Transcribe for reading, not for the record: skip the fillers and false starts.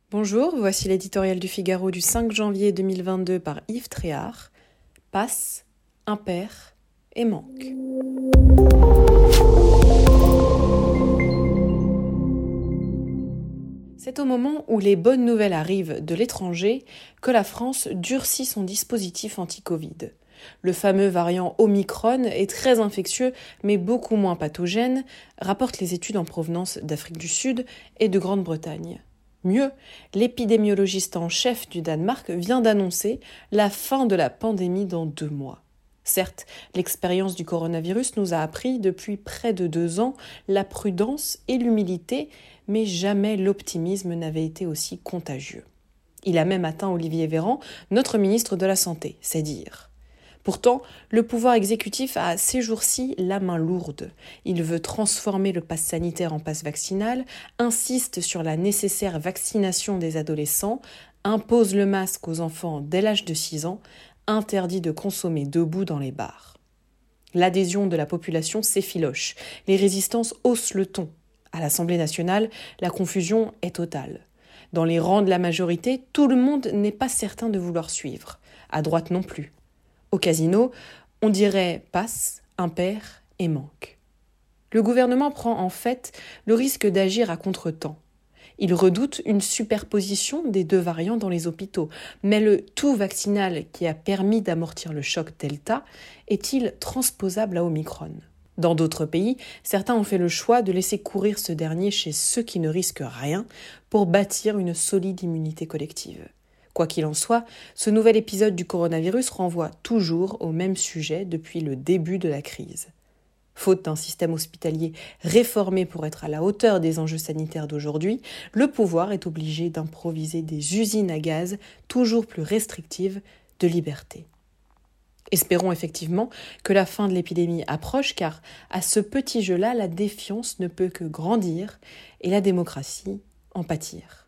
Bonjour, voici l'éditorial du Figaro du 5 janvier 2022 par Yves Tréhard. Passe, impair et manque. C'est au moment où les bonnes nouvelles arrivent de l'étranger que la France durcit son dispositif anti-Covid. Le fameux variant Omicron est très infectieux mais beaucoup moins pathogène, rapportent les études en provenance d'Afrique du Sud et de Grande-Bretagne. Mieux, l'épidémiologiste en chef du Danemark vient d'annoncer la fin de la pandémie dans 2 mois. Certes, l'expérience du coronavirus nous a appris depuis près de 2 ans la prudence et l'humilité, mais jamais l'optimisme n'avait été aussi contagieux. Il a même atteint Olivier Véran, notre ministre de la Santé, c'est dire. Pourtant, le pouvoir exécutif a ces jours-ci la main lourde. Il veut transformer le pass sanitaire en pass vaccinal, insiste sur la nécessaire vaccination des adolescents, impose le masque aux enfants dès l'âge de 6 ans, interdit de consommer debout dans les bars. L'adhésion de la population s'effiloche, les résistances haussent le ton. À l'Assemblée nationale, la confusion est totale. Dans les rangs de la majorité, tout le monde n'est pas certain de vouloir suivre. À droite non plus. Au casino, on dirait passe, impair et manque. Le gouvernement prend en fait le risque d'agir à contre-temps. Il redoute une superposition des 2 variants dans les hôpitaux. Mais le tout vaccinal qui a permis d'amortir le choc Delta est-il transposable à Omicron ? Dans d'autres pays, certains ont fait le choix de laisser courir ce dernier chez ceux qui ne risquent rien pour bâtir une solide immunité collective. Quoi qu'il en soit, ce nouvel épisode du coronavirus renvoie toujours au même sujet depuis le début de la crise. Faute d'un système hospitalier réformé pour être à la hauteur des enjeux sanitaires d'aujourd'hui, le pouvoir est obligé d'improviser des usines à gaz toujours plus restrictives de liberté. Espérons effectivement que la fin de l'épidémie approche, car à ce petit jeu-là, la défiance ne peut que grandir et la démocratie en pâtir.